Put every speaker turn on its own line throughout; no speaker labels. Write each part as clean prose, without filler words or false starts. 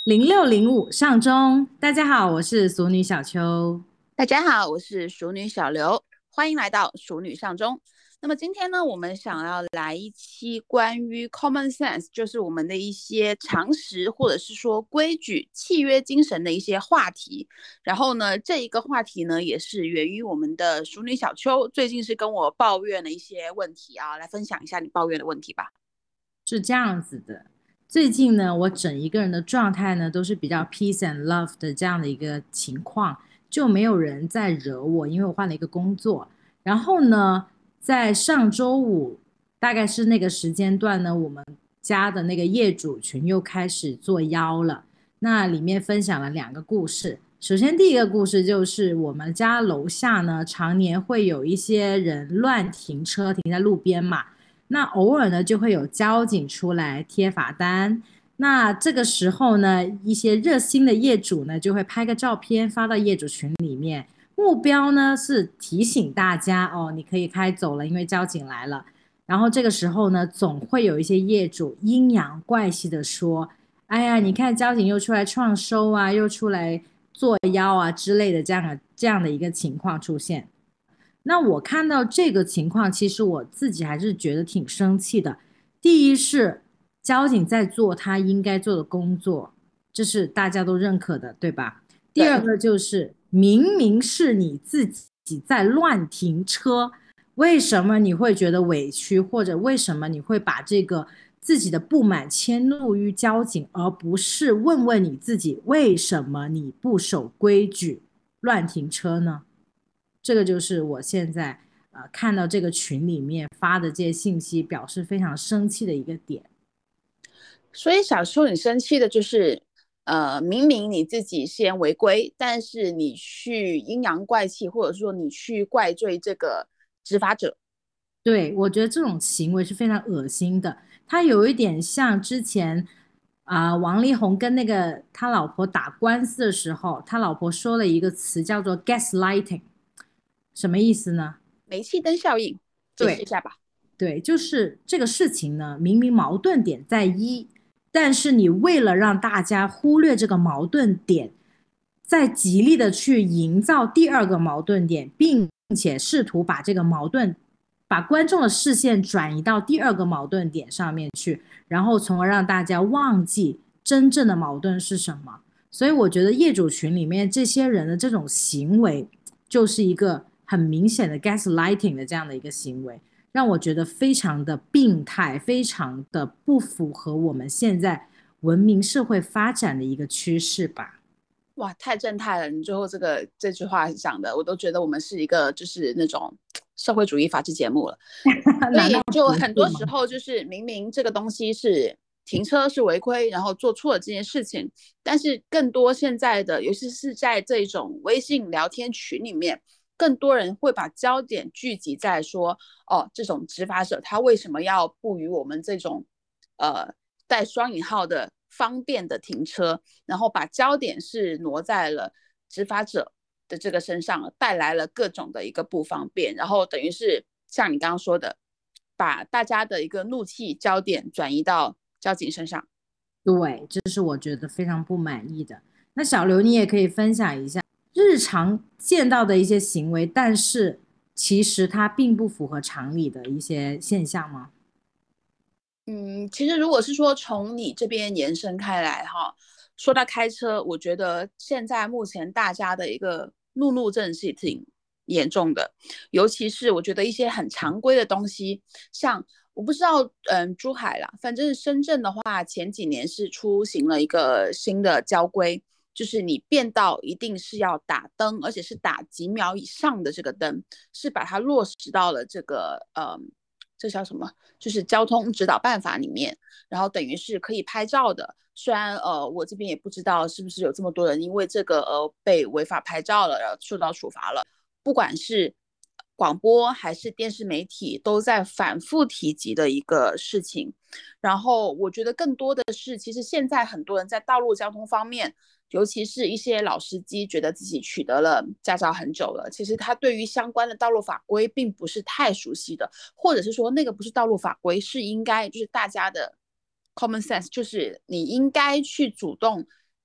0605上中，大家好，我是俗女小秋。
大家好，我是熟女小刘，欢迎来到熟女上中。那么今天呢，我们想要来一期关于 common sense，就是我们的一些常识或者是说规矩、契约精神的一些话题。然后呢，这一个话题呢，也是源于我们的熟女小秋最近是跟我抱怨了一些问题啊，来分享一下你抱怨的问题吧。
是这样子的，最近呢，我整一个人的状态呢，都是比较 peace and love 的这样的一个情况，就没有人在惹我，因为我换了一个工作。然后呢，在上周五，大概是那个时间段呢，我们家的那个业主群又开始作妖了。那里面分享了两个故事。首先，第一个故事就是我们家楼下呢，常年会有一些人乱停车，停在路边嘛。那偶尔呢，就会有交警出来贴罚单。那这个时候呢，一些热心的业主呢，就会拍个照片发到业主群里面，目标呢是提醒大家哦，你可以开走了，因为交警来了。然后这个时候呢，总会有一些业主阴阳怪气的说：“哎呀，你看交警又出来创收啊，又出来作妖啊之类的这样的一个情况出现。”那我看到这个情况，其实我自己还是觉得挺生气的。第一是交警在做他应该做的工作，这是大家都认可的，对吧？第二
对，
个就是明明是你自己在乱停车，为什么你会觉得委屈，或者为什么你会把这个自己的不满迁怒于交警，而不是问问你自己为什么你不守规矩乱停车呢？这个就是我现在看到这个群里面发的这些信息，表示非常生气的一个点。
所以小时候你生气的就是，明明你自己先违规，但是你去阴阳怪气，或者说你去怪罪这个执法者。
对，我觉得这种行为是非常恶心的，他有一点像之前王力宏跟那个他老婆打官司的时候，他老婆说了一个词叫做 gaslighting，什么意思呢？
煤气灯效应，解释一
对，
下吧。
对，就是这个事情呢，明明矛盾点在一，但是你为了让大家忽略这个矛盾点，再极力的去营造第二个矛盾点，并且试图把这个矛盾，把观众的视线转移到第二个矛盾点上面去，然后从而让大家忘记真正的矛盾是什么。所以我觉得业主群里面这些人的这种行为，就是一个很明显的 gaslighting 的这样的一个行为。让我觉得非常的病态，非常的不符合我们现在文明社会发展的一个趋势吧。
哇，太正太了！你最后这句话讲的，我都觉得我们是一个就是那种社会主义法治节目了。所
难道
以就很多
不是吗？
时候就是明明这个东西是停车是违规，然后做错了这件事情，但是更多现在的，尤其是在这种微信聊天群里面，更多人会把焦点聚集在说，哦，这种执法者他为什么要不与我们这种呃带双引号的方便的停车，然后把焦点是挪在了执法者的这个身上，带来了各种的一个不方便，然后等于是像你刚刚说的，把大家的一个怒气焦点转移到交警身上。
对，这是我觉得非常不满意的。那小刘，你也可以分享一下日常见到的一些行为，但是其实它并不符合常理的一些现象吗？
嗯，其实如果是说从你这边延伸开来哈，说到开车，我觉得现在目前大家的一个路怒症是挺严重的，尤其是我觉得一些很常规的东西，像我不知道，珠海啦，反正深圳的话，前几年是出行了一个新的交规，就是你变道一定是要打灯，而且是打几秒以上的这个灯，是把它落实到了这个这叫什么？就是交通指导办法里面，然后等于是可以拍照的。虽然我这边也不知道是不是有这么多人因为这个被违法拍照了，然后受到处罚了。不管是广播还是电视媒体，都在反复提及的一个事情。然后我觉得更多的是，其实现在很多人在道路交通方面，尤其是一些老司机，觉得自己取得了驾照很久了，其实他对于相关的道路法规并不是太熟悉的，或者是说那个不是道路法规，是应该就是大家的 common sense，就是你应该去主动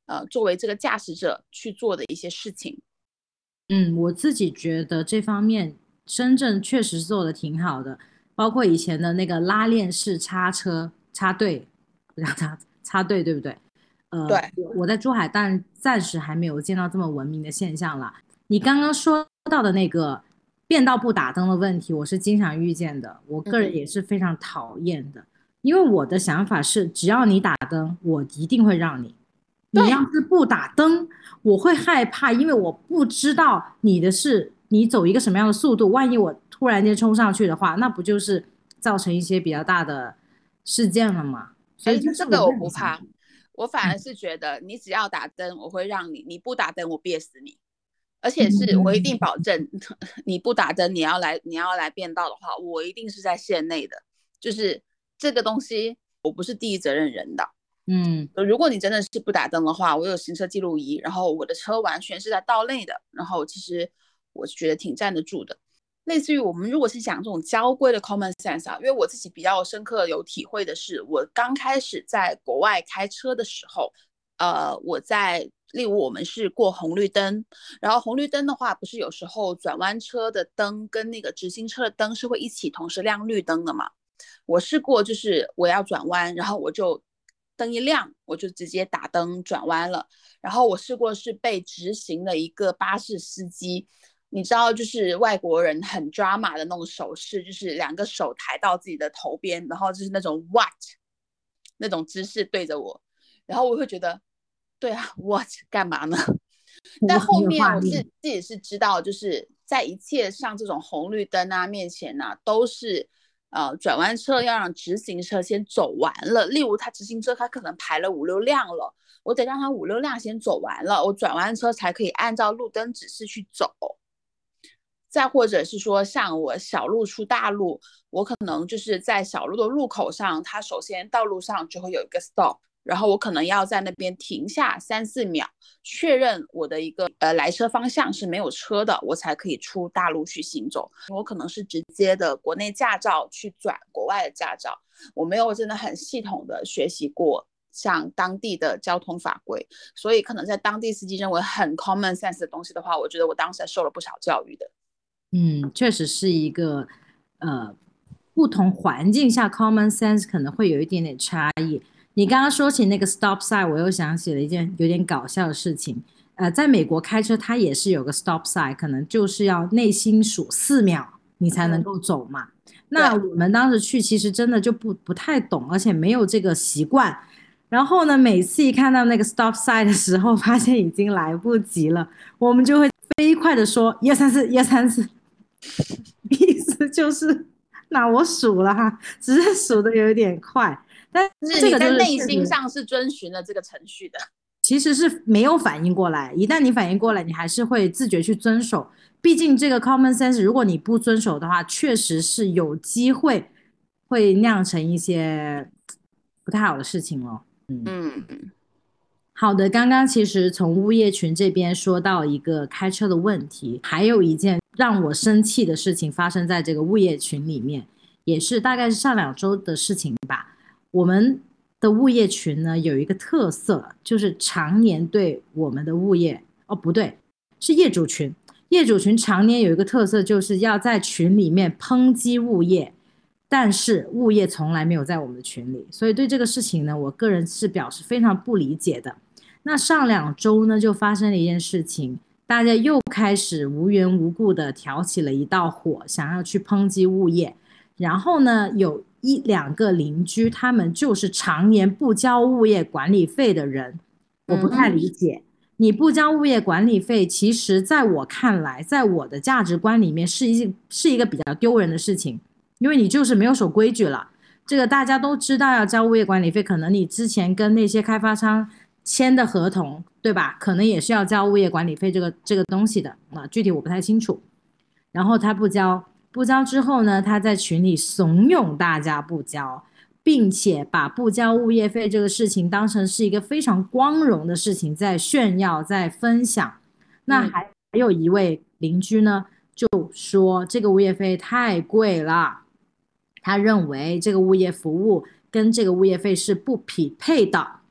作为这个驾驶者去做的一些事情。
我自己觉得这方面深圳确实做的挺好的，包括以前的那个拉链式插车插队，不叫插队，对不对？
对，
我在珠海，但暂时还没有见到这么文明的现象啦。你刚刚说到的那个变道不打灯的问题，我是经常遇见的，我个人也是非常讨厌的，因为我的想法是，只要你打灯，我一定会让你。你要
对，
是不打灯，我会害怕，因为我不知道你走一个什么样的速度，万一我突然间冲上去的话，那不就是造成一些比较大的事件了吗？所以
哎，
这是我
这个我
个人想法。
不怕，我反而是觉得你只要打灯，我会让你；你不打灯，我憋死你。而且是我一定保证，你不打灯，你要来变道的话，我一定是在线内的。就是这个东西，我不是第一责任人的。
嗯
如果你真的是不打灯的话，我有行车记录仪，然后我的车完全是在道内的，然后其实我是觉得挺站得住的。类似于我们如果是讲这种交规的 common sense 啊，因为我自己比较深刻有体会的是，我刚开始在国外开车的时候，我在例如我们是过红绿灯，然后红绿灯的话，不是有时候转弯车的灯跟那个直行车的灯是会一起同时亮绿灯的嘛？我试过，就是我要转弯，然后我就灯一亮，我就直接打灯转弯了。然后我试过是被直行的一个巴士司机，你知道，就是外国人很 drama 的那种手势，就是两个手抬到自己的头边，然后就是那种 what 那种姿势对着我，然后我会觉得，对啊，what 干嘛呢？但
我很有
后面我
画面。
自己是知道，就是在一切像这种红绿灯啊面前啊，都是转弯车要让直行车先走完了。例如他直行车他可能排了五六辆了，我得让他五六辆先走完了，我转弯车才可以按照路灯指示去走。再或者是说，像我小路出大路，我可能就是在小路的路口上，它首先道路上就会有一个 stop，然后我可能要在那边停下3-4秒，确认我的一个来车方向是没有车的，我才可以出大路去行走。我可能是直接的国内驾照去转国外的驾照，我没有真的很系统的学习过像当地的交通法规，所以可能在当地司机认为很 common sense 的东西的话，我觉得我当时还受了不少教育的。
确实是一个呃不同环境下 common sense 可能会有一点点差异。你刚刚说起那个 stop sign，我又想起了一件有点搞笑的事情。在美国开车，它也是有个 stop sign，可能就是要内心数4秒，你才能够走嘛。那
对，
我们当时去，其实真的就不太懂，而且没有这个习惯。然后呢，每次一看到那个 stop sign 的时候，发现已经来不及了，我们就会飞快的说1、2、3、4，1、2、3、4，意思就是那我数了哈，只是数的有点快，但
就是
这个就
你在内
是确实
心上是遵循了这个程序的。
其实是没有反应过来，一旦你反应过来，你还是会自觉去遵守。毕竟这个 common sense，如果你不遵守的话，确实是有机会酿成一些不太好的事情哦。
嗯
好的，刚刚其实从物业群这边说到一个开车的问题，还有一件让我生气的事情发生在这个物业群里面，也是大概是上2周的事情吧。我们的物业群呢有一个特色，就是常年对我们的物业，哦不对，是业主群。业主群常年有一个特色，就是要在群里面抨击物业，但是物业从来没有在我们的群里，所以对这个事情呢，我个人是表示非常不理解的。那上2周呢，就发生了一件事情，大家又开始无缘无故的挑起了一道火，想要去抨击物业。然后呢，有1、2个邻居，他们就是常年不交物业管理费的人，我不太
嗯哼，
理解。你不交物业管理费，其实在我看来，在我的价值观里面是一个比较丢人的事情，因为你就是没有守规矩了。这个大家都知道要交物业管理费，可能你之前跟那些开发商签的合同，对吧？可能也是要交物业管理费这个东西的啊，具体我不太清楚。然后他不交，不交之后呢，他在群里怂恿大家不交，并且把不交物业费这个事情当成是一个非常光荣的事情，在炫耀，在分享。那
嗯
还有一位邻居呢，就说这个物业费太贵了，他认为这个物业服务跟这个物业费是不匹配的。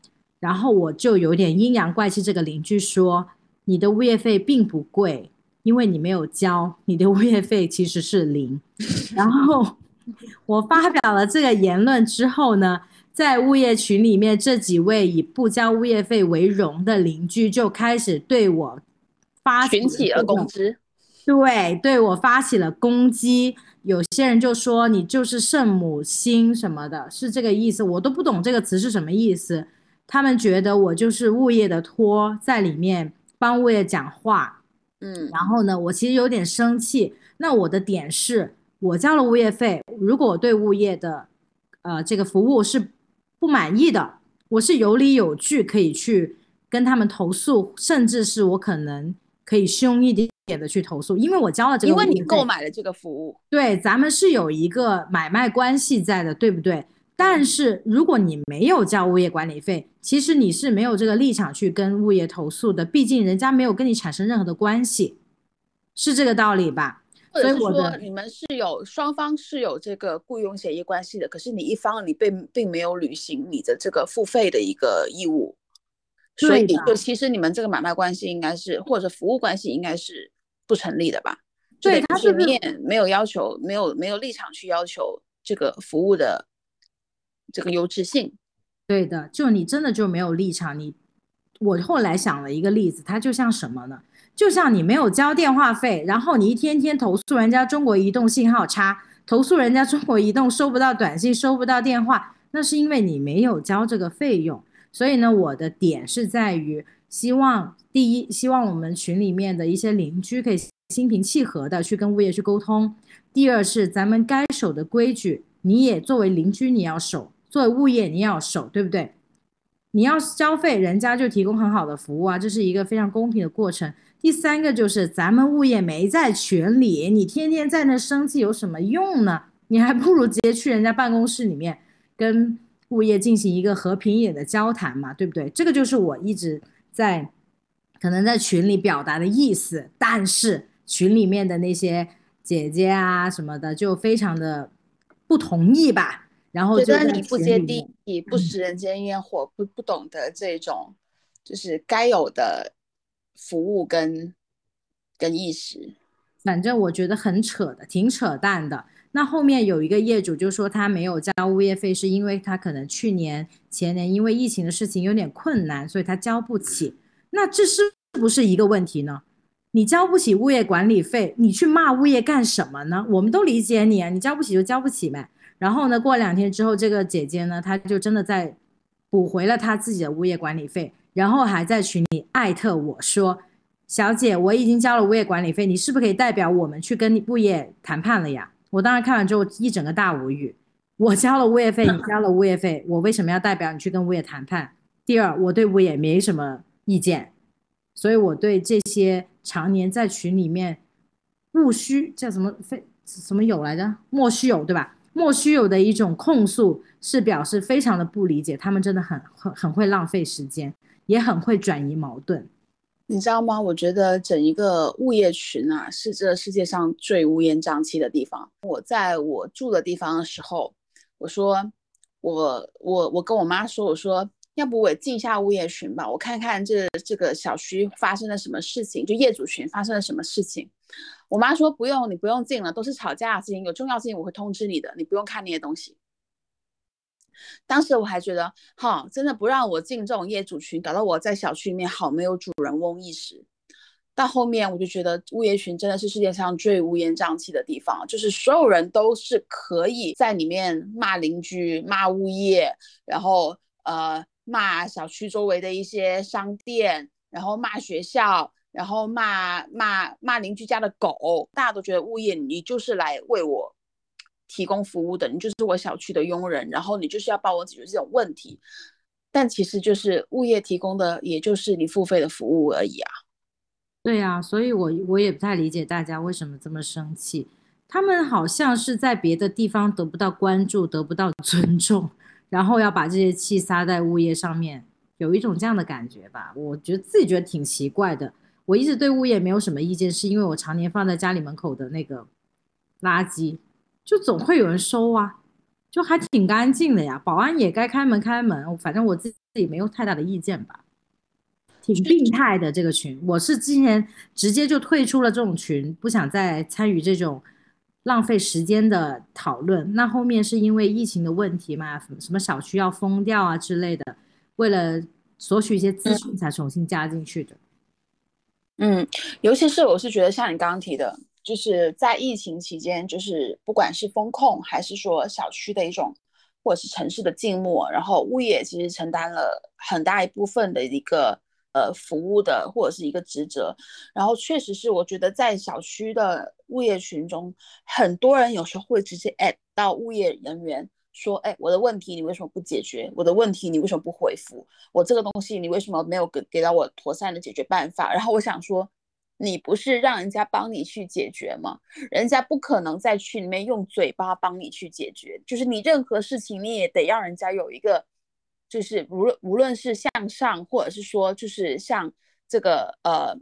然后我就有点阴阳怪气，这个邻居说你的物业费并不贵，因为你没有交，你的物业费其实是零。然后我发表了这个言论之后呢，在物业群里面，这几位以不交物业费为荣的邻居就开始对我发起
群起而
了这个，
攻之。
对我发起了攻击。有些人就说你就是圣母心什么的，是这个意思，我都不懂这个词是什么意思。他们觉得我就是物业的托，在里面帮物业讲话。
嗯，
然后呢，我其实有点生气。那我的点是，我交了物业费，如果我对物业的这个服务是不满意的，我是有理有据可以去跟他们投诉，甚至是我可能可以凶一点点的去投诉，因为我交了这个
因为你
物业费。
购买了这个服务。
对，咱们是有一个买卖关系在的，对不对？但
对，
是如果你没有交物业管理费，其实你是没有这个立场去跟物业投诉的，毕竟人家没有跟你产生任何的关系，是这个道理吧？所以
或者是
我的
说你们是有双方是有这个雇佣协议关系的，可是你一方你并没有履行你的这个付费的一个义务，所以
对的，
就其实你们这个买卖关系应该是或者服务关系应该是不成立的吧？就等
对，
于
他就是
是你也没有要求，没有立场去要求这个服务的这个优质性。
对的，就你真的就没有立场。我后来想了一个例子，它就像什么呢？就像你没有交电话费，然后你一天天投诉人家中国移动信号差，投诉人家中国移动收不到短信、收不到电话，那是因为你没有交这个费用。所以呢，我的点是在于，希望第一，希望我们群里面的一些邻居可以心平气和的去跟物业去沟通；第二是咱们该守的规矩，你也作为邻居你要守，作为物业你要守，对不对？你要交费，人家就提供很好的服务啊，这是一个非常公平的过程。第三个就是咱们物业没在群里，你天天在那生气有什么用呢？你还不如直接去人家办公室里面跟物业进行一个和平一点的交谈嘛，对不对？这个就是我一直在可能在群里表达的意思，但是群里面的那些姐姐啊什么的就非常的不同意吧，然后就在
觉得你不接地
群里面。
气，不食人间烟火，不懂得这种就是该有的服务跟意识。
反正我觉得很扯的，挺扯淡的。那后面有一个业主就说他没有交物业费，是因为他可能去年、前年因为疫情的事情有点困难，所以他交不起。那这是不是一个问题呢？你交不起物业管理费，你去骂物业干什么呢？我们都理解你啊，你交不起就交不起呗。然后呢，过2天之后，这个姐姐呢，她就真的在补回了她自己的物业管理费，然后还在群里艾特我说小姐，我已经交了物业管理费，你是不是可以代表我们去跟物业谈判了呀？我当时看完之后一整个大无语。我交了物业费，你交了物业费，我为什么要代表你去跟物业谈判？第二，我对物业没什么意见，所以我对这些常年在群里面务虚叫什么非什么有来着，莫须有对吧？莫须有的一种控诉是表示非常的不理解，他们真的很会浪费时间，也很会转移矛盾。
你知道吗？我觉得整一个物业群啊，是这世界上最乌烟瘴气的地方。我在我住的地方的时候，我说我跟我妈说，我说要不我也进一下物业群吧，我看看这个小区发生了什么事情，就业主群发生了什么事情。我妈说不用，你不用进了，都是吵架的事情，有重要事情我会通知你的，你不用看那些东西。当时我还觉得，哈，真的不让我进这种业主群，搞得我在小区里面好没有主人翁意识。到后面我就觉得物业群真的是世界上最乌烟瘴气的地方，就是所有人都是可以在里面骂邻居、骂物业，然后骂小区周围的一些商店，然后骂学校，然后骂邻居家的狗，大家都觉得物业你就是来为我提供服务的，你就是我小区的佣人，然后你就是要帮我解决这种问题。但其实就是物业提供的，也就是你付费的服务而已啊。
对呀，所以我也不太理解大家为什么这么生气。他们好像是在别的地方得不到关注，得不到尊重，然后要把这些气撒在物业上面，有一种这样的感觉吧。我觉得自己觉得挺奇怪的。我一直对物业没有什么意见，是因为我常年放在家里门口的那个垃圾，就总会有人收啊，就还挺干净的呀。保安也该开门开门，反正我自己己没有太大的意见吧。挺病态的这个群，我是之前直接就退出了这种群，不想再参与这种浪费时间的讨论。那后面是因为疫情的问题嘛，什么小区要封掉啊之类的，为了索取一些资讯才重新加进去的。
嗯，尤其是我是觉得像你刚刚提的，就是在疫情期间，就是不管是风控还是说小区的一种，或者是城市的静默，然后物业其实承担了很大一部分的一个服务的或者是一个职责，然后确实是我觉得在小区的物业群中，很多人有时候会直接 到物业人员说，哎，我的问题你为什么不解决？我的问题你为什么不回复？我这个东西你为什么没有给到我妥善的解决办法？然后我想说，你不是让人家帮你去解决吗？人家不可能在群里面用嘴巴帮你去解决，就是你任何事情你也得让人家有一个，就是无论是向上，或者是说就是像这个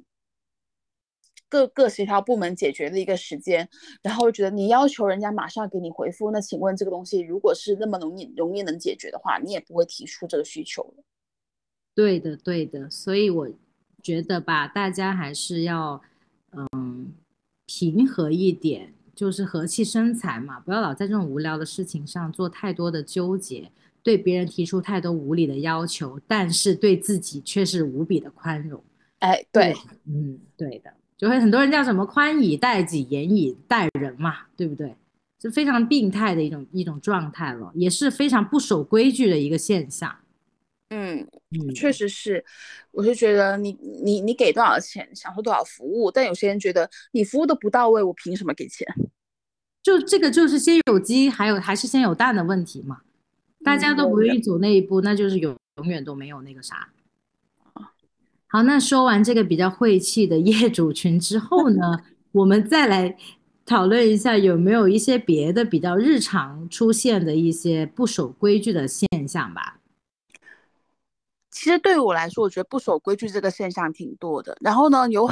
各个协调部门解决的一个时间，然后觉得你要求人家马上给你回复，那请问这个东西如果是那么容易能解决的话，你也不会提出这个需求了。
对的，对的，所以我觉得吧，大家还是要平和一点，就是和气生财嘛，不要老在这种无聊的事情上做太多的纠结，对别人提出太多无理的要求，但是对自己却是无比的宽容。
哎，对，
对，对的，就会很多人叫什么宽以待己，严以待人嘛，对不对？是非常病态的一种状态了，也是非常不守规矩的一个现象。
嗯，确
嗯。
实是，我就觉得你给多少钱，享受多少服务，但有些人觉得你服务的不到位，我凭什么给钱？
就这个就是先有鸡，还是先有蛋的问题嘛。大家
嗯，
都不愿意走那一步，那就是永远都没有那个啥。好，那说完这个比较晦气的业主群之后呢，我们再来讨论一下有没有一些别的比较日常出现的一些不守规矩的现象吧。
其实对于我来说，我觉得不守规矩这个现象挺多的。然后呢，有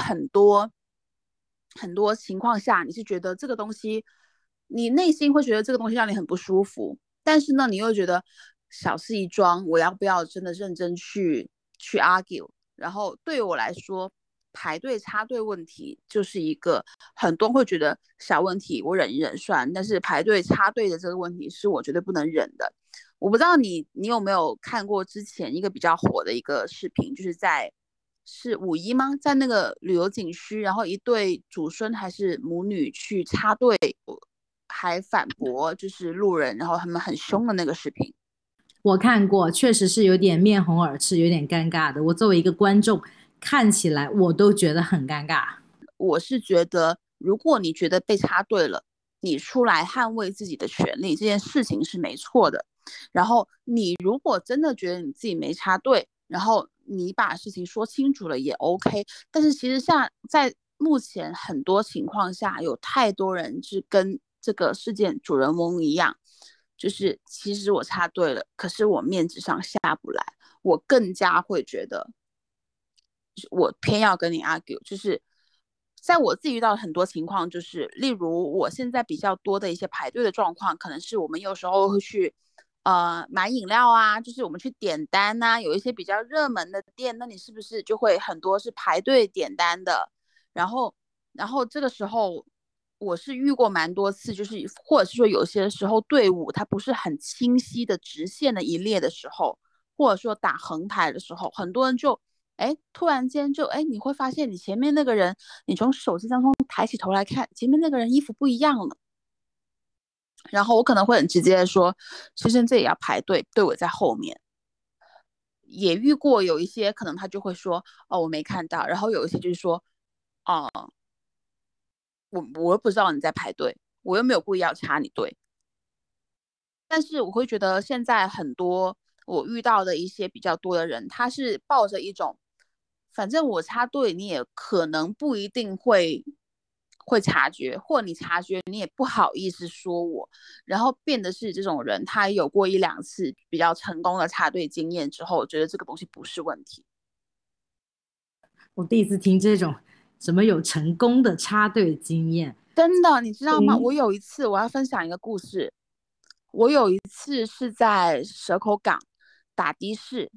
很多情况下，你是觉得这个东西，你内心会觉得这个东西让你很不舒服，但是呢，你又觉得小事一桩，我要不要真的认真去 argue？然后对于我来说，排队插队问题就是一个很多人会觉得小问题，我忍一忍算，但是排队插队的这个问题是我绝对不能忍的。我不知道你有没有看过之前一个比较火的一个视频，就是是5一吗？在那个旅游景区，然后一对祖孙还是母女去插队，还反驳就是路人，然后他们很凶的那个视频。
我看过，确实是有点面红耳赤，有点尴尬的。我作为一个观众，看起来我都觉得很尴尬。
我是觉得，如果你觉得被插队了，你出来捍卫自己的权利，这件事情是没错的。然后你如果真的觉得你自己没插队，然后你把事情说清楚了也 OK。但是其实像在目前很多情况下，有太多人是跟这个事件主人翁一样，就是其实我插队了，可是我面子上下不来，我更加会觉得我偏要跟你 argue，就是在我自己遇到很多情况，就是例如我现在比较多的一些排队的状况，可能是我们有时候会去买饮料啊，就是我们去点单啊，有一些比较热门的店，那你是不是就会很多是排队点单的？然后这个时候我是遇过蛮多次，就是或者是说有些时候队伍它不是很清晰的直线的一列的时候，或者说打横排的时候，很多人就突然间就你会发现你前面那个人，你从手机当中抬起头来看，前面那个人衣服不一样了。然后我可能会很直接的说，先生这也要排队，队伍在后面。也遇过有一些可能他就会说，哦，我没看到。然后有一些就是说，哦，我又不知道你在排队，我又没有故意要插你队。但是我会觉得现在很多我遇到的一些比较多的人，他是抱着一种，反正我插队你也可能不一定会察觉，或你察觉你也不好意思说我，然后变得是这种人，他有过一两次比较成功的插队经验之后，我觉得这个东西不是问题。
我第一次听这种什么有成功的插队经验。
真的，你知道吗？我
嗯。
有一次我要分享一个故事，我有一次是在蛇口港打的士，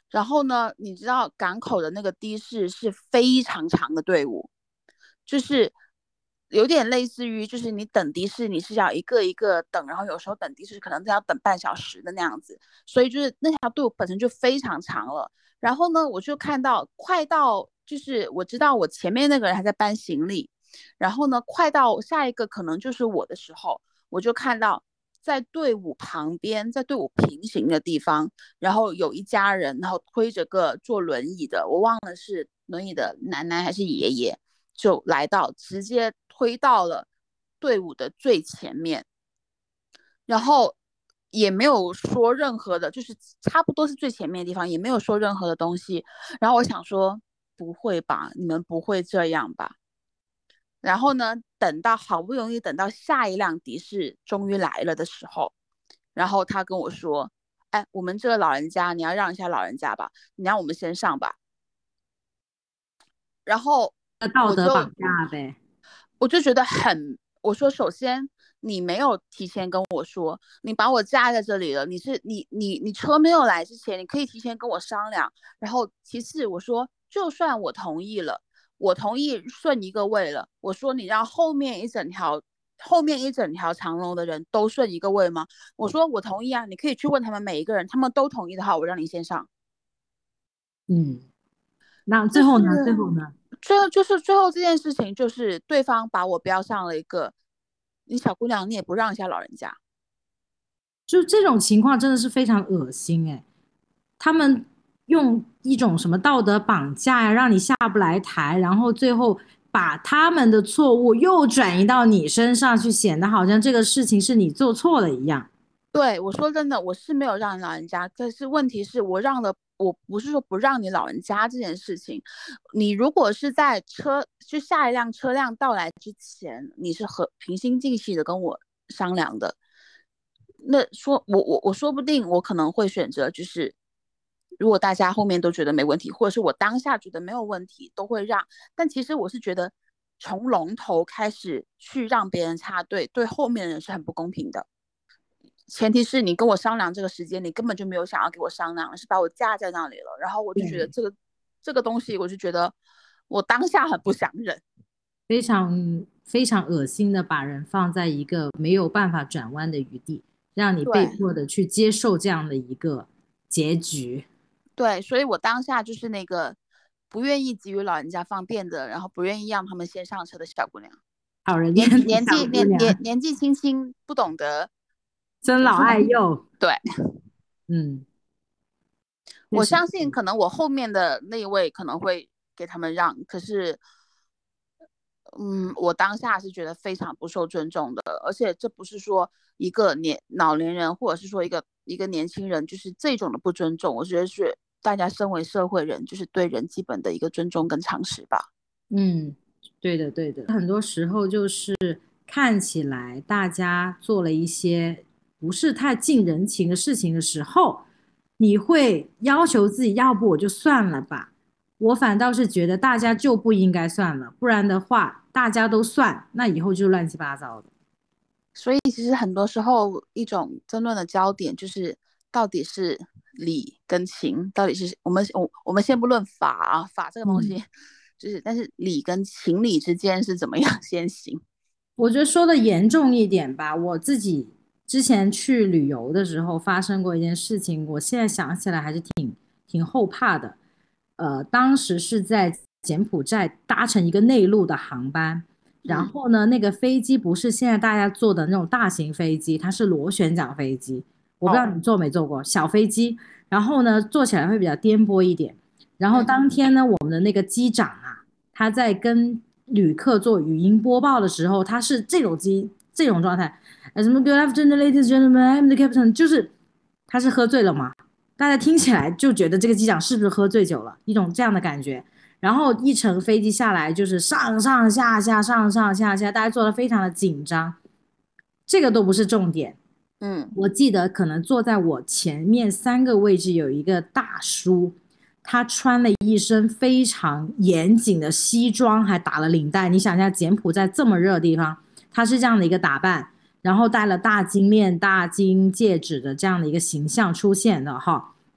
然后呢，你知道港口的那个的士是非常长的队伍，就是有点类似于，就是你等的士，你是要一个一个等，然后有时候等的士可能都要等半小时的那样子，所以就是那条队伍本身就非常长了。然后呢，我就看到快到，就是我知道我前面那个人还在搬行李，然后呢，快到下一个可能就是我的时候，我就看到在队伍旁边，在队伍平行的地方，然后有一家人，然后推着个坐轮椅的，我忘了是轮椅的奶奶还是爷爷，就来到，直接推到了队伍的最前面，然后也没有说任何的，就是差不多是最前面的地方，也没有说任何的东西。然后我想说，不会吧，你们不会这样吧？然后呢，等到好不容易等到下一辆的士终于来了的时候，然后他跟我说：“哎，我们这个老人家，你要让一下老人家吧，你让我们先上吧。”然后
道
我就
德绑架呗。
我就觉得很，我说首先你没有提前跟我说，你把我架在这里了，你车没有来之前，你可以提前跟我商量。然后其次我说，就算我同意了，我同意顺一个位了，我说你让后面一整条长龙的人都顺一个位吗？我说我同意啊，你可以去问他们每一个人，他们都同意的话，我让你先上。
嗯，那最
就是
后呢？最后呢？
最后这件事情，就是对方把我标上了一个，你小姑娘你也不让一下老人家。
就这种情况真的是非常恶心哎！他们用一种什么道德绑架呀，让你下不来台，然后最后把他们的错误又转移到你身上去，显得好像这个事情是你做错了一样。
对，我说真的，我是没有让你老人家，但是问题是我让了，我不是说不让你老人家这件事情，你如果是在就下一辆车辆到来之前，你是平心静气的跟我商量的，那说我说不定我可能会选择就是，如果大家后面都觉得没问题，或者是我当下觉得没有问题，都会让。但其实我是觉得从龙头开始去让别人插队，对后面的人是很不公平的。前提是你跟我商量这个时间，你根本就没有想要给我商量，是把我架在那里了。然后我就觉得
对，
这个东西，我就觉得我当下很不想忍。
非常非常恶心的把人放在一个没有办法转弯的余地，让你被
对
迫的去接受这样的一个结局。
对，所以我当下就是那个不愿意给予老人家方便的，然后不愿意让他们先上车的小姑娘，
讨人厌
年
的小
年纪
姑娘，
年纪轻轻，不懂得
尊老
怎么说呢？
爱幼。
对，
嗯，确实。
我相信可能我后面的那一位可能会给他们让，可是我当下是觉得非常不受尊重的，而且这不是说一个老年人，或者是说一个年轻人，就是这种的不尊重，我觉得是大家身为社会人，就是对人基本的一个尊重跟常识吧。
嗯，对的，对的。很多时候就是看起来大家做了一些不是太近人情的事情的时候，你会要求自己，要不我就算了吧。我反倒是觉得大家就不应该算了，不然的话大家都算，那以后就乱七八糟的。
所以其实很多时候一种争论的焦点就是到底是理跟情，到底是我们先不论法啊，法这个东
嗯。
西就是但是理跟情理之间是怎么样先行？
我觉得说的严重一点吧，我自己之前去旅游的时候发生过一件事情，我现在想起来还是挺后怕的。当时是在柬埔寨搭乘一个内陆的航班，然
嗯，
后呢，那个飞机不是现在大家坐的那种大型飞机，它是螺旋桨飞机。我不知道
哦，
你坐没坐过小飞机，然后呢，坐起来会比较颠簸一点。然后
嗯，
当天呢，我们的那个机长啊，他在跟旅客做语音播报的时候，他是这种状态，什么 Good afternoon, ladies and gentlemen, I'm the captain，就是他是喝醉了吗？大家听起来就觉得这个机长是不是喝醉酒了，一种这样的感觉。然后一乘飞机下来就是上上下下，上上下下，大家做的非常的紧张，这个都不是重点。
嗯，
我记得可能坐在我前面3个位置有一个大叔，他穿了一身非常严谨的西装，还打了领带。你想一下，柬埔寨这么热的地方，他是这样的一个打扮，然后戴了大金链、大金戒指的这样的一个形象出现的哈。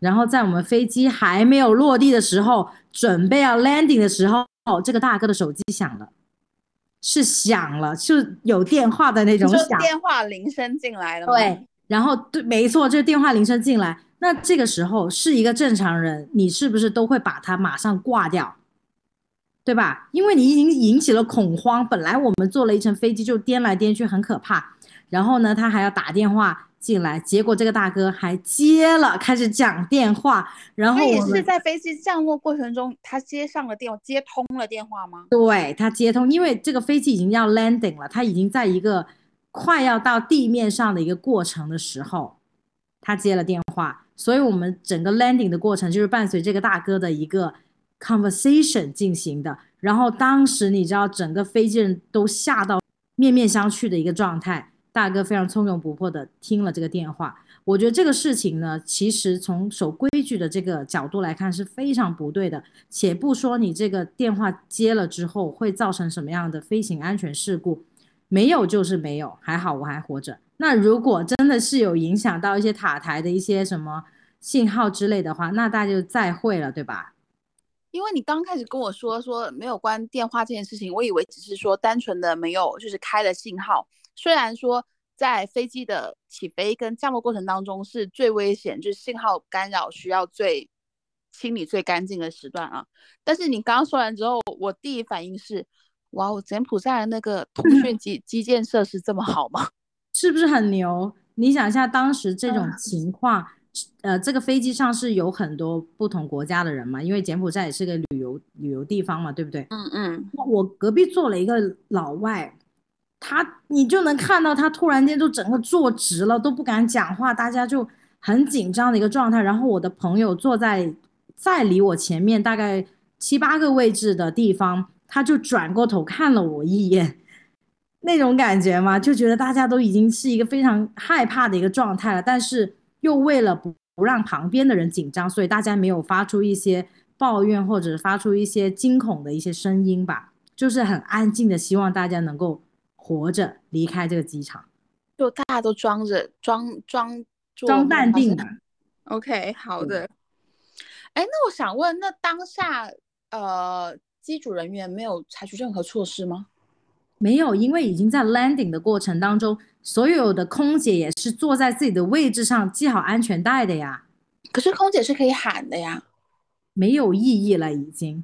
然后在我们飞机还没有落地的时候，准备要 landing 的时候，这个大哥的手机响了，是响了，是有电话的那
你说
种响。
电话铃声进来了吗？
对，然后对，没错，这个电话铃声进来，那这个时候是一个正常人，你是不是都会把它马上挂掉？对吧？因为你已经引起了恐慌。本来我们坐了一程飞机就颠来颠去，很可怕。然后呢，他还要打电话进来，结果这个大哥还接了，开始讲电话。然
他也
后我们
是在飞机降落过程中，他接上了电话，接通了电话吗？
对他接通，因为这个飞机已经要 landing 了，他已经在一个快要到地面上的一个过程的时候，他接了电话。所以我们整个 landing 的过程就是伴随这个大哥的一个 conversation 进行的。然后当时你知道，整个飞机人都吓到面面相觑的一个状态。大哥非常从容不迫的听了这个电话。我觉得这个事情呢，其实从守规矩的这个角度来看是非常不对的。且不说你这个电话接了之后会造成什么样的飞行安全事故，没有就是没有，还好我还活着。那如果真的是有影响到一些塔台的一些什么信号之类的话，那大家就再会了，对吧？
因为你刚开始跟我说没有关电话这件事情，我以为只是说单纯的没有就是开了信号。虽然说在飞机的起飞跟降落过程当中是最危险，就是信号干扰需要清理最干净的时段啊。但是你刚刚说完之后，我第一反应是，哇，我柬埔寨的那个通讯基建设施这么好吗？
是不是很牛？你想一下，当时这种
嗯
情况，这个飞机上是有很多不同国家的人嘛，因为柬埔寨也是个旅游地方嘛，对不对？
嗯嗯，
我隔壁坐了一个老外，你就能看到他突然间就整个坐直了，都不敢讲话，大家就很紧张的一个状态。然后我的朋友坐在再离我前面大概七八个位置的地方，他就转过头看了我一眼，那种感觉嘛，就觉得大家都已经是一个非常害怕的一个状态了，但是又为了不让旁边的人紧张，所以大家没有发出一些抱怨或者发出一些惊恐的一些声音吧，就是很安静的希望大家能够活着离开这个机场，
就大家都装作
装
没有发生。
淡定吧。
OK，好
对，
的。哎，那我想问，那当下机组人员没有采取任何措施吗？
没有，因为已经在 landing 的过程当中，所有的空姐也是坐在自己的位置上系好安全带的呀，
可是空姐是可以喊的呀。
没有意义了已经。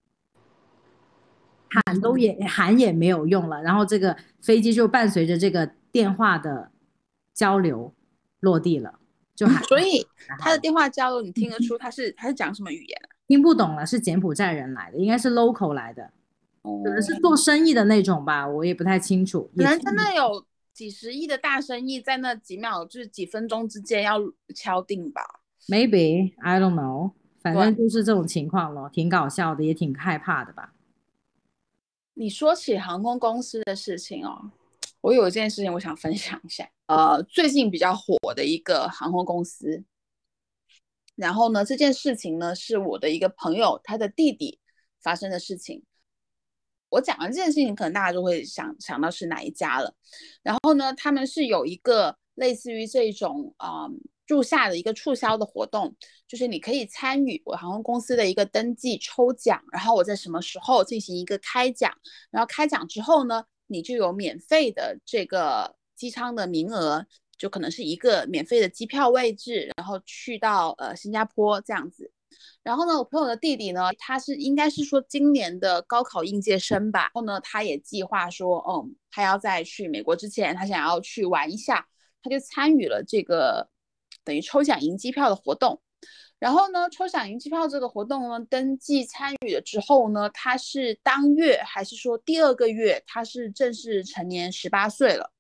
喊也没有用了，然后这个飞机就伴随着这个电话的交流落地了，就
嗯，
还
所以
还好，
他的电话交流，你听得出他是讲什么语言啊？
听不懂了，是柬埔寨人来的，应该是 local 来的，可能是
哦，
做生意的那种吧，我也不太清楚，
可能真的有几十亿的大生意在那几秒，就是几分钟之间要敲定吧？
maybe I don't know，反
对，
正就是这种情况咯，挺搞笑的，也挺害怕的吧。
你说起航空公司的事情哦，我有一件事情我想分享一下。最近比较火的一个航空公司，然后呢，这件事情呢是我的一个朋友他的弟弟发生的事情。我讲完这件事情，可能大家就会想到是哪一家了。然后呢，他们是有一个类似于这种入夏的一个促销的活动，就是你可以参与我航空公司的一个登记抽奖，然后我在什么时候进行一个开奖，然后开奖之后呢，你就有免费的这个机舱的名额，就可能是一个免费的机票位置，然后去到新加坡这样子。然后呢，我朋友的弟弟呢，他是应该是说今年的高考应届生吧。然后呢，他也计划说，他要在去美国之前，他想要去玩一下，他就参与了这个等于抽奖赢机票的活动。然后呢，抽奖赢机票这个活动呢，登记参与了之后呢，他是当月还是说第二个月，他是正式成年18岁了。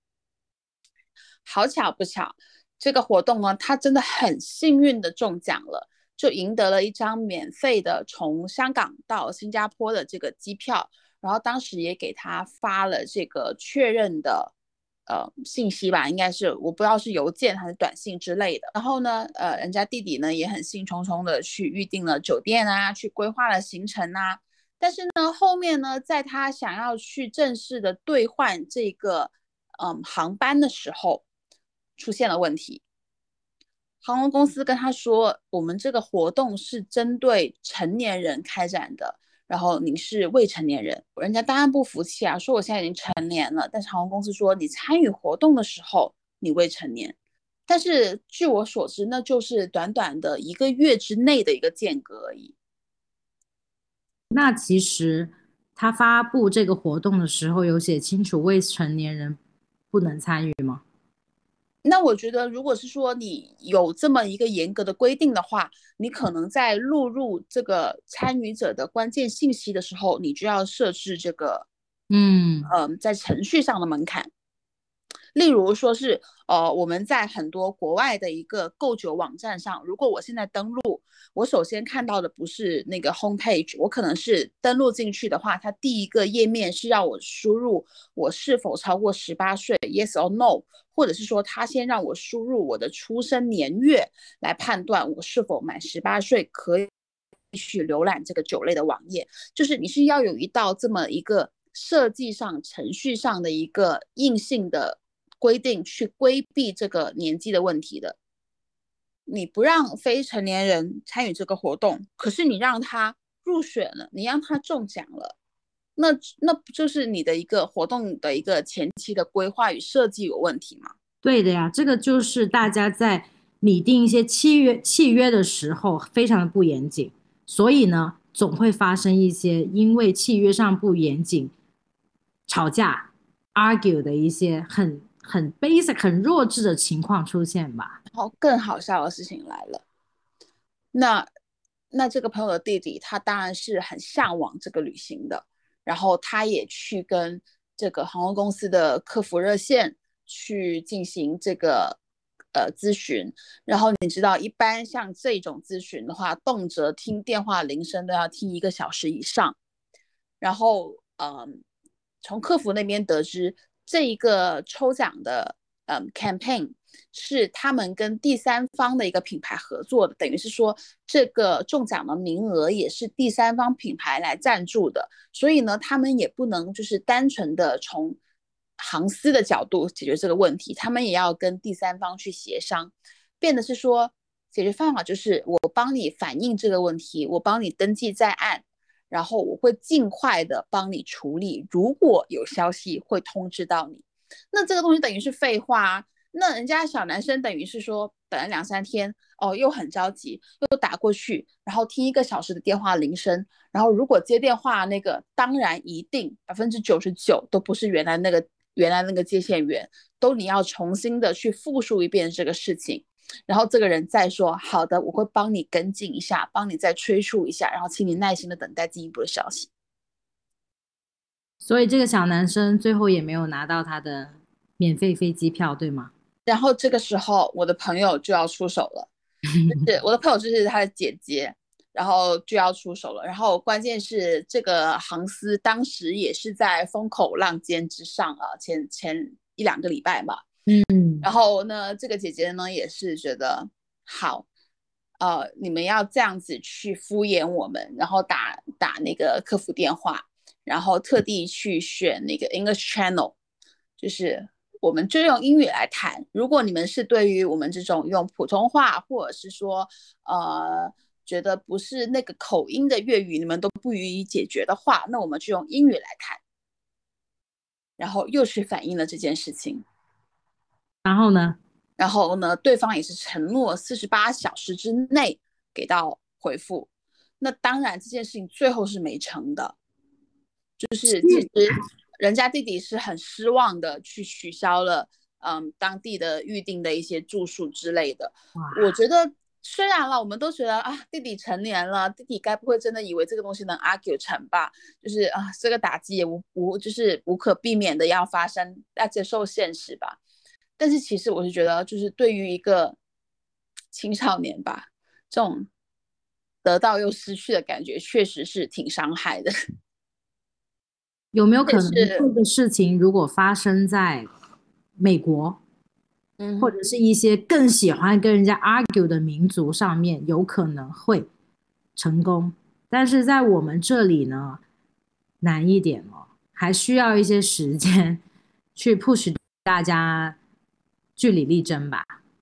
好巧不巧，这个活动呢，他真的很幸运的中奖了。就赢得了一张免费的从香港到新加坡的这个机票，然后当时也给他发了这个确认的信息吧，应该是我不知道是邮件还是短信之类的。然后呢，人家弟弟呢也很兴冲冲的去预定了酒店啊，去规划了行程啊。但是呢，后面呢，在他想要去正式的兑换这个航班的时候，出现了问题。 航空公司跟他说，我们这个活动是针对成年人开展的，然后你是未成年人，人家当然不服气啊，说我现在已经成年了，但是航空公司说你参与活动的时候你未成年，但是据我所知，那就是短短的1个月之内的一个间隔而已。
那其实他发布这个活动的时候有写清楚未成年人不能参与吗？
那我觉得，如果是说你有这么一个严格的规定的话，你可能在录入这个参与者的关键信息的时候，你就要设置这个，
嗯。
在程序上的门槛。例如说是，我们在很多国外的一个购酒网站上，如果我现在登录，我首先看到的不是那个 home page，我可能是登录进去的话，它第一个页面是让我输入我是否超过18岁，yes or no，或者是说他先让我输入我的出生年月来判断我是否满18岁，可以去浏览这个酒类的网页。就是你是要有一道这么一个设计上、程序上的一个硬性的规定，去规避这个年纪的问题的。你不让非成年人参与这个活动，可是你让他入选了，你让他中奖了，那不就是你的一个活动的一个前期的规划与设计有问题吗？
对的呀，这个就是大家在拟定一些契约的时候非常的不严谨，所以呢，总会发生一些因为契约上不严谨吵架、argue 的一些很 basic、很弱智的情况出现吧。
然后更好笑的事情来了，那这个朋友的弟弟，他当然是很向往这个旅行的，然后他也去跟这个航空公司的客服热线去进行这个咨询，然后你知道，一般像这种咨询的话，动辄听电话铃声都要听1个小时以上，然后从客服那边得知，这一个抽奖的campaign 是他们跟第三方的一个品牌合作的，等于是说这个中奖的名额也是第三方品牌来赞助的，所以呢，他们也不能就是单纯的从航司的角度解决这个问题，他们也要跟第三方去协商，变得是说解决方法就是我帮你反映这个问题，我帮你登记在案，然后我会尽快的帮你处理，如果有消息会通知到你。那这个东西等于是废话啊。那人家小男生等于是说等了2、3天，哦，又很着急，又打过去，然后听1个小时的电话铃声，然后如果接电话那个，当然一定99%都不是原来那个接线员，都你要重新的去复述一遍这个事情，然后这个人再说好的，我会帮你跟进一下，帮你再催促一下，然后请你耐心的等待进一步的消息。
所以这个小男生最后也没有拿到他的免费飞机票，对吗？
然后这个时候我的朋友就要出手了，就是我的朋友就是他的姐姐，然后就要出手了。然后关键是这个航司当时也是在风口浪尖之上啊，前1、2个礼拜嘛。
嗯。
然后呢，这个姐姐呢也是觉得好，你们要这样子去敷衍我们，然后打那个客服电话，然后特地去选那个 English Channel，就是我们就用英语来谈。如果你们是对于我们这种用普通话，或者是说觉得不是那个口音的粤语，你们都不予以解决的话，那我们就用英语来谈。然后又去反映了这件事情。
然后呢？
然后呢，对方也是承诺48小时之内给到回复。那当然，这件事情最后是没成的，就是其实人家弟弟是很失望的，去取消了当地的预定的一些住宿之类的。我觉得虽然了，我们都觉得啊，弟弟成年了，弟弟该不会真的以为这个东西能 argue 成吧？就是啊，这个打击也就是无可避免的要发生，要接受现实吧。但是其实我是觉得，就是对于一个青少年吧，这种得到又失去的感觉，确实是挺伤害的。
有没有可能这
也是，
个事情如果发生在美国，或
嗯，
者是一些更喜欢跟人家 argue 的民族上面，有可能会成功，但是在我们这里呢，难一点哦，还需要一些时间去 push 大家据理力争吧。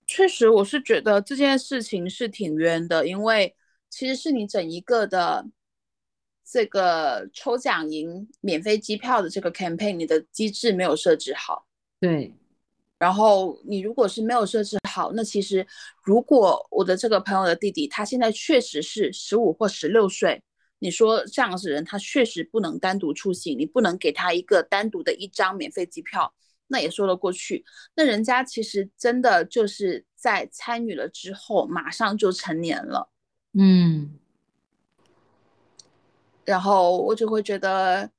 确实，我是觉得这件事情是挺冤的，因为其实是你整一个的这个抽奖赢免费机票的这个 campaign，你的机制没有设置好。
对，
然后你如果是没有设置好，那其实如果我的这个朋友的弟弟他现在确实是15或16岁，你说这样子的人他确实不能单独出行，你不能给他一个单独的一张免费机票，那也说得过去。那人家其实真的就是在参与了之后马上就成年了，
嗯，
然后我就会觉得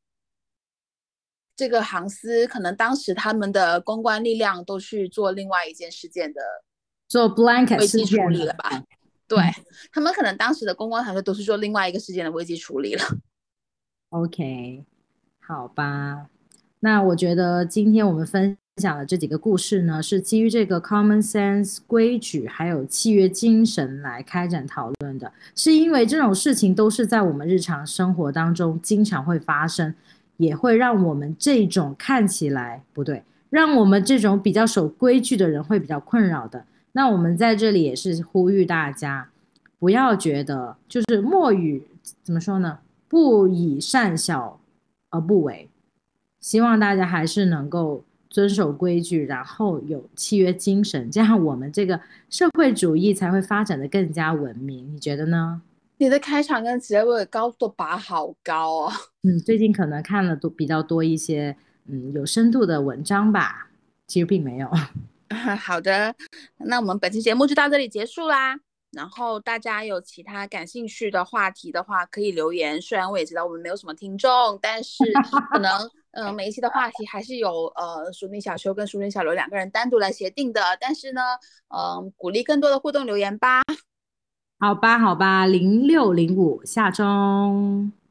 这个航司可能当时他们的公关力量都去做另外一件事件的
做 blanket
危机处
事件的，
理了吧？对，
嗯
他们可能当时的公关团队都是做另外一个事件的危机处理了。
，OK，好吧。那我觉得今天我们分享的这几个故事呢，是基于这个 common sense 规矩还有契约精神来开展讨论的，是因为这种事情都是在我们日常生活当中经常会发生，也会让我们这种看起来不对，让我们这种比较守规矩的人会比较困扰的。那我们在这里也是呼吁大家，不要觉得就是莫以怎么说呢，不以善小而不为。希望大家还是能够遵守规矩，然后有契约精神，这样我们这个社会主义才会发展的更加文明。你觉得呢？
你的开场跟结尾高度拔好高哦。
嗯，最近可能看了比较多一些有深度的文章吧，其实并没有。
好的，那我们本期节目就到这里结束啦。然后大家有其他感兴趣的话题的话，可以留言。虽然我也知道我们没有什么听众，但是可能每一期的话题还是有淑女小秋跟淑女小刘两个人单独来协定的。但是呢，鼓励更多的互动留言吧。
好吧，好吧，0605下钟。